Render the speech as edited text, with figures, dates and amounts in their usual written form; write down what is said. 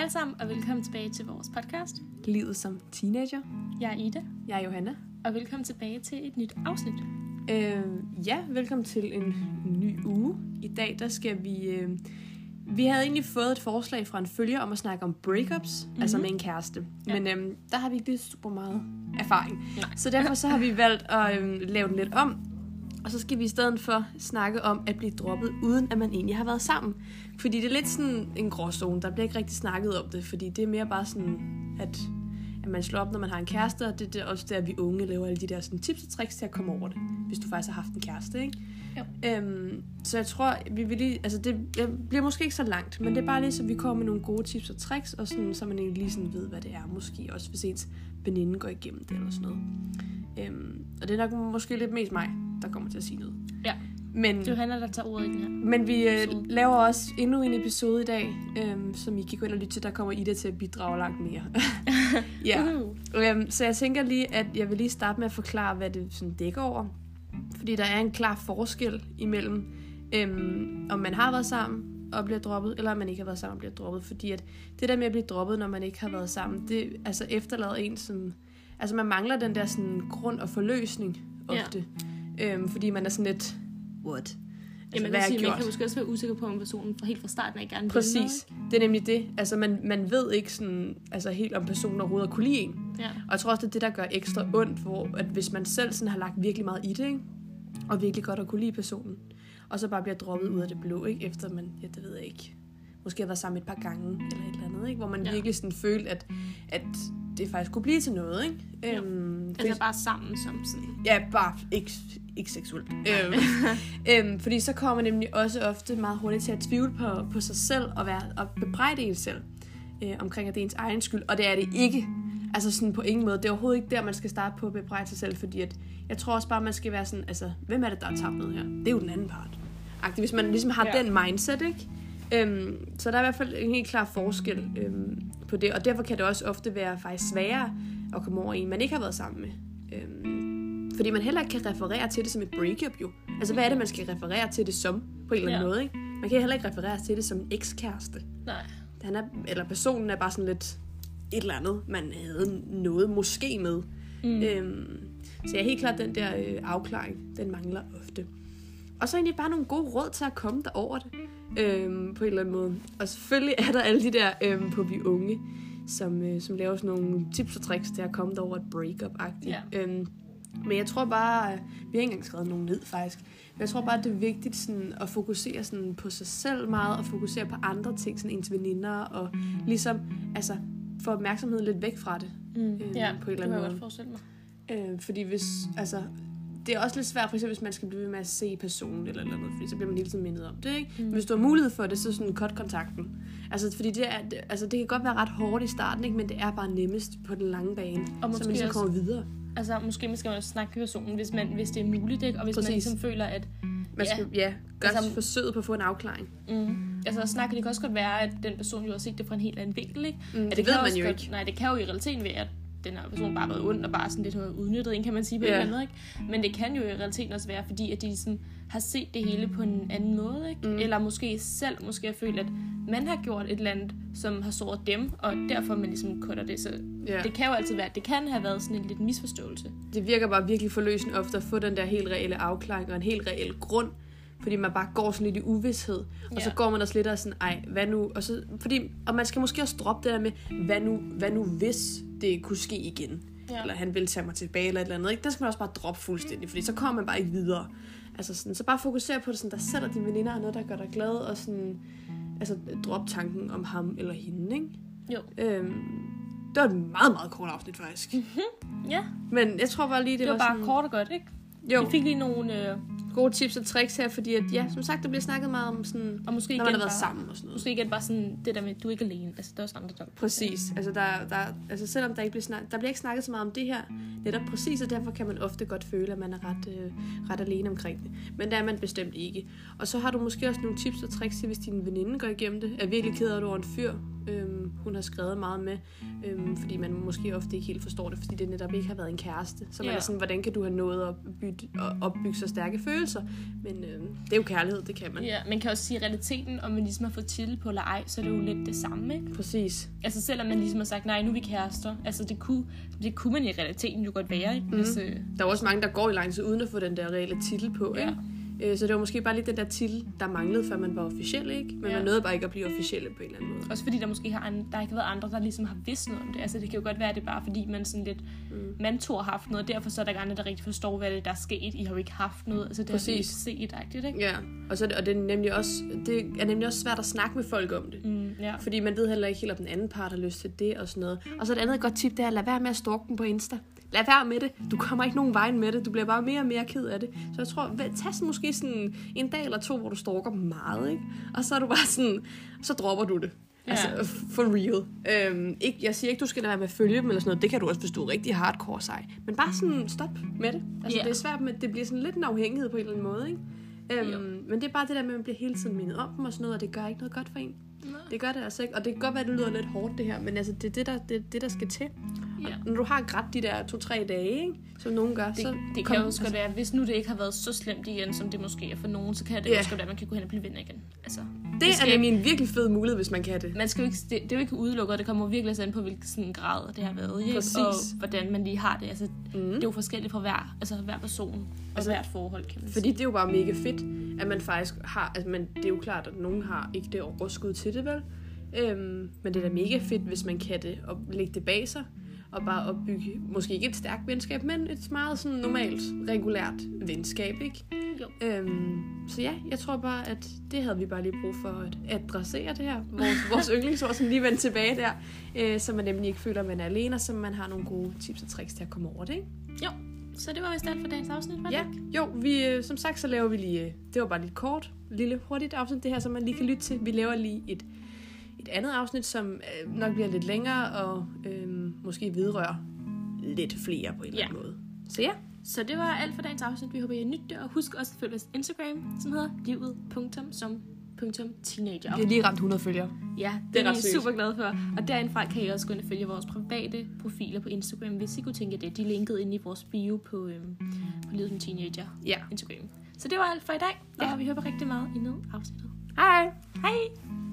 alle sammen, og velkommen tilbage til vores podcast. Livet som teenager. Jeg er Ida. Jeg er Johanna. Og velkommen tilbage til et nyt afsnit. Velkommen til en ny uge. I dag, der skal vi... Vi havde egentlig fået et forslag fra en følger om at snakke om breakups, altså med en kæreste. Ja. Men der har vi ikke super meget erfaring. Nej. Så derfor så har vi valgt at lave den lidt om. Og så skal vi i stedet for snakke om at blive droppet, uden at man egentlig har været sammen. Fordi det er lidt sådan en gråzone. Der bliver ikke rigtig snakket om det, fordi det er mere bare sådan, at man slår op, når man har en kæreste. Og det er også der, vi unge laver alle de der sådan, tips og tricks til at komme over det, hvis du faktisk har haft en kæreste, ikke? Så jeg tror, vi vil lige, altså det bliver måske ikke så langt, men det er bare lige, så vi kommer med nogle gode tips og tricks, og sådan, så man egentlig lige sådan ved, hvad det er. Måske også, hvis ens veninde går igennem det eller sådan noget. Og det er nok måske lidt mest mig, der kommer til at sige noget. Ja, men, det er Johanna, der tager ordet i den her. Men vi laver også endnu en episode i dag, som I kan gå ind og lytte til. Der kommer Ida til at bidrage langt mere. Så jeg tænker lige, at jeg vil lige starte med at forklare, hvad det sådan dækker over. Fordi der er en klar forskel imellem, om man har været sammen og bliver droppet, eller om man ikke har været sammen og bliver droppet. Fordi at det der med at blive droppet, når man ikke har været sammen, det altså efterlader en som... Altså man mangler den der sådan grund og forløsning ofte. Ja. Fordi man er sådan lidt... What? Altså, man kan måske også være usikker på, om personen helt fra starten af gerne vil. Præcis. Det er nemlig det. Altså man ved ikke sådan, altså helt om personen overhovedet kunne lide en. Ja. Og jeg tror også, det er det, der gør ekstra ondt, hvor at hvis man selv sådan har lagt virkelig meget i det, ikke? Og virkelig godt at kunne lide personen, og så bare bliver droppet ud af det blå, ikke? Efter man, det ved jeg ikke, måske har været sammen et par gange, eller et eller andet, ikke? Hvor man virkelig sådan følte, at det faktisk kunne blive til noget, ikke? Ja. Altså bare sammen som sådan. Ja, bare ikke seksuelt. Fordi så kommer man nemlig også ofte meget hurtigt til at tvivle på sig selv, og bebrejde en selv, omkring at det er ens egen skyld, og det er det ikke. Altså sådan på ingen måde. Det er overhovedet ikke der, man skal starte på at bebrejde sig selv, fordi at jeg tror også bare, man skal være sådan, altså, hvem er det, der er tabt noget her? Det er jo den anden part. Hvis man ligesom har den mindset, ikke? Så der er i hvert fald en helt klar forskel på det, og derfor kan det også ofte være faktisk sværere at komme over en, man ikke har været sammen med. Fordi man heller ikke kan referere til det som et breakup jo. Altså hvad er det, man skal referere til det som, på en eller anden måde, ikke? Man kan heller ikke referere til det som en ekskæreste. Nej. Eller personen er bare sådan lidt et eller andet, man havde noget måske med. Så jeg er helt klart, den der afklaring, den mangler ofte. Og så egentlig bare nogle gode råd til at komme derover det, på en eller anden måde. Og selvfølgelig er der alle de der på vi unge, som laver sådan nogle tips og tricks til at komme derover et breakup-agtigt. Ja. Men jeg tror bare, vi har ikke engang skrevet nogen ned faktisk, men jeg tror bare, det er vigtigt sådan, at fokusere sådan, på sig selv meget, og fokusere på andre ting, sådan ens veninder, og ligesom altså, få opmærksomheden lidt væk fra det. På en eller anden måde. Det kan jeg godt forestille mig. Fordi hvis, altså, det er også lidt svært, for eksempel, hvis man skal blive ved med at se personen eller noget, fordi så bliver man hele tiden mindet om det, ikke? Men hvis du har mulighed for det, så sådan cut kontakten. Altså, fordi det kan godt være ret hårdt i starten, ikke? Men det er bare nemmest på den lange bane, så man ligesom kommer videre. Altså, måske skal man også snakke med personen, hvis det er muligt, ikke? Og hvis man ligesom føler, at... Man skal gøre forsøget på at få en afklaring. Altså, snakker det kan også godt være, at den person jo har set det fra en helt anden vinkel, ikke? Det ved man jo ikke. Nej, det kan jo i realiteten være, at den her person bare har været ond og bare sådan lidt har udnyttet en, kan man sige på en eller anden, ikke? Men det kan jo i realiteten også være, fordi at de sådan har set det hele på en anden måde, ikke? Eller måske selv har følt, at man har gjort et eller andet, som har såret dem, og derfor man ligesom kutter det. Så det kan jo altid være, at det kan have været sådan en lidt misforståelse. Det virker bare virkelig forløsende ofte at få den der helt reelle afklaring og en helt reel grund, fordi man bare går sådan lidt i uvished, og så går man også lidt og sådan, hvad nu? Og man skal måske også droppe det der med, hvad nu hvis det kunne ske igen? Ja. Eller han vil tage mig tilbage, eller et eller andet, ikke? Det skal man også bare droppe fuldstændig, fordi så kommer man bare ikke videre. Altså sådan, så bare fokusere på det, sådan, der sætter dine veninder og noget, der gør dig glad, og sådan, altså drop tanken om ham eller hende, ikke? Jo. Det var et meget, meget kort afsnit, faktisk. Ja. Men jeg tror bare lige, det var bare sådan... kort og godt, ikke? Jo. Vi fik lige nogle... gode tips og tricks her, fordi at, som sagt, der bliver snakket meget om sådan, og måske når man har været sammen og sådan noget. Måske igen bare sådan, det der med, du er ikke alene, altså der er også andre, der... Præcis, altså selvom der ikke bliver ikke snakket så meget om det her, netop præcis, og derfor kan man ofte godt føle, at man er ret alene omkring det. Men det er man bestemt ikke. Og så har du måske også nogle tips og tricks til, hvis din veninde går igennem det, er virkelig ked af, at du er en fyr, hun har skrevet meget med, fordi man måske ofte ikke helt forstår det, fordi det netop ikke har været en kæreste. Så man er sådan, hvordan kan du have nået at opbygge så stærke følelser? Men det er jo kærlighed, det kan man. Ja, man kan også sige, realiteten, om man ligesom har fået til på eller ej, så er det jo lidt det samme, ikke? Præcis. Altså selvom man ligesom har sagt, nej, nu er vi kærester. Altså det kunne man i realiteten jo godt være, ikke? Hvis, Der er også mange, der går i lang tid uden at få den der reelle titel på, ikke? Så det var måske bare lidt den der titel, der manglede, før man var officiel, ikke? Men man nåede bare ikke at blive officielle på en eller anden måde. Også fordi der måske der ikke har været andre, der ligesom har vidst noget om det. Altså det kan jo godt være, at det er bare fordi, man sådan lidt man to har haft noget, og derfor så er der andre, der rigtig forstår, hvad det der er sket. I har jo ikke haft noget. Altså det har ikke set-agtigt, ikke? Ja, og det er nemlig også svært at snakke med folk om det. Fordi man ved heller ikke helt, om den anden part har lyst til det og sådan noget. Og så et andet godt tip, det er at lade være med at stalke dem på Insta. Lad være med det. Du kommer ikke nogen vejen med det. Du bliver bare mere og mere ked af det. Så jeg tror, tag måske sådan en dag eller to, hvor du stalker meget, ikke? Og så er du bare sådan, så dropper du det. Altså, for real. Jeg siger ikke, du skal lade være med at følge dem eller sådan noget. Det kan du også, hvis du er rigtig hardcore sej. Men bare sådan, stop med det. Altså, det er svært med, det bliver sådan lidt en afhængighed på en eller anden måde, ikke? Men det er bare det der med, at man bliver hele tiden mindet om dem og sådan noget, og det gør ikke noget godt for en. Nej. Det gør det altså ikke. Og det kan godt være, at det lyder lidt hårdt, det her, men altså, det er det, der skal til. Ja. Når du har grædt de der 2-3 dage, ikke? Som nogen gør, det kan jo også godt være, hvis nu det ikke har været så slemt igen, som det måske er for nogen, så kan det også godt være, at man kan gå hen og blive venner igen. Altså, det er nemlig en virkelig fed mulighed, hvis man kan det. Man skal jo ikke, det er jo ikke udelukket, det kommer virkelig an på, hvilken sådan grad det har været, ikke? Præcis. Og hvordan man lige har det. Altså, det er jo forskelligt fra hver person og hvert forhold, kan man sige. Fordi det er jo bare mega fedt, at man faktisk har, altså det er jo klart, at nogen har ikke det overskud til det, vel? Men det er da mega fedt, hvis man kan det, og lægge det bag sig, og bare opbygge, måske ikke et stærkt venskab, men et meget sådan normalt, regulært venskab, ikke? Jo. Så ja, jeg tror bare, at det havde vi bare lige brug for at adressere det her. Vores yndlingsord, som lige vendte tilbage der, så man nemlig ikke føler, at man er alene, og så man har nogle gode tips og tricks til at komme over det, ikke? Jo, så det var vist alt for dagens afsnit, var det ikke? Jo, vi, som sagt, så laver vi lige, det var bare lidt kort, lille hurtigt afsnit, det her, som man lige kan lytte til. Vi laver lige et andet afsnit, som nok bliver lidt længere, og måske vedrører lidt flere på en eller anden måde. Så ja. Så det var alt for dagens afsnit. Vi håber, I har nydt det, og husk også at følge os Instagram, som hedder livet.som.teenager. Vi har lige ramt 100 følgere. Ja, det er vi super glade for. Og derindfra kan I også gå ind og følge vores private profiler på Instagram, hvis I kunne tænke det. De er linket inde i vores bio på Livet som Teenager Instagram. Så det var alt for i dag, og vi håber rigtig meget i afsnittet. Hej! Hej!